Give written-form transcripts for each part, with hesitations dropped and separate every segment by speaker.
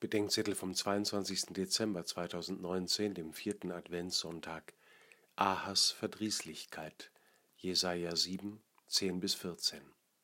Speaker 1: Bedenkzettel vom 22. Dezember 2019, dem vierten Adventssonntag. Ahas Verdrießlichkeit. Jesaja 7, 10-14.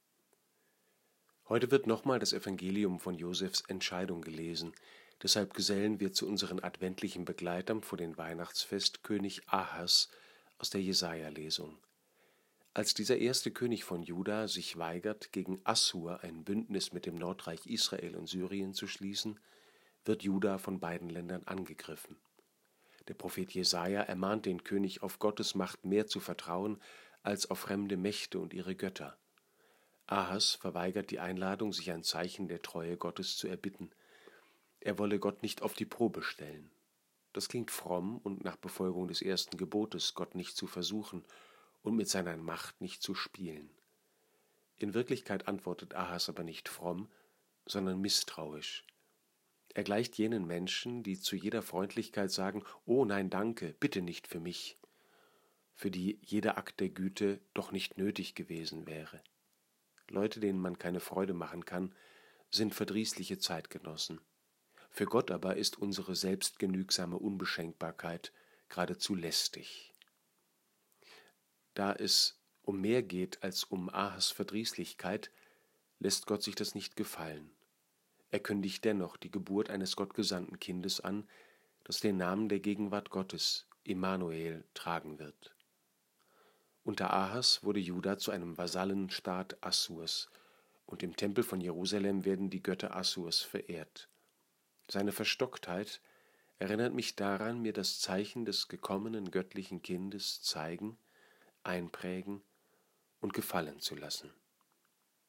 Speaker 1: Heute wird nochmal das Evangelium von Josefs Entscheidung gelesen. Deshalb gesellen wir zu unseren adventlichen Begleitern vor dem Weihnachtsfest König Ahas aus der Jesaja-Lesung. Als dieser erste König von Juda sich weigert, gegen Assur ein Bündnis mit dem Nordreich Israel und Syrien zu schließen, wird Juda von beiden Ländern angegriffen. Der Prophet Jesaja ermahnt den König, auf Gottes Macht mehr zu vertrauen als auf fremde Mächte und ihre Götter. Ahas verweigert die Einladung, sich ein Zeichen der Treue Gottes zu erbitten. Er wolle Gott nicht auf die Probe stellen. Das klingt fromm und nach Befolgung des ersten Gebotes, Gott nicht zu versuchen und mit seiner Macht nicht zu spielen. In Wirklichkeit antwortet Ahas aber nicht fromm, sondern misstrauisch. Er gleicht jenen Menschen, die zu jeder Freundlichkeit sagen, »Oh nein, danke, bitte nicht für mich«, für die jeder Akt der Güte doch nicht nötig gewesen wäre. Leute, denen man keine Freude machen kann, sind verdrießliche Zeitgenossen. Für Gott aber ist unsere selbstgenügsame Unbeschenkbarkeit geradezu lästig. Da es um mehr geht als um Ahas Verdrießlichkeit, lässt Gott sich das nicht gefallen. Er kündigt dennoch die Geburt eines gottgesandten Kindes an, das den Namen der Gegenwart Gottes, Immanuel, tragen wird. Unter Ahas wurde Juda zu einem Vasallenstaat Assurs, und im Tempel von Jerusalem werden die Götter Assurs verehrt. Seine Verstocktheit erinnert mich daran, mir das Zeichen des gekommenen göttlichen Kindes zeigen, einprägen und gefallen zu lassen.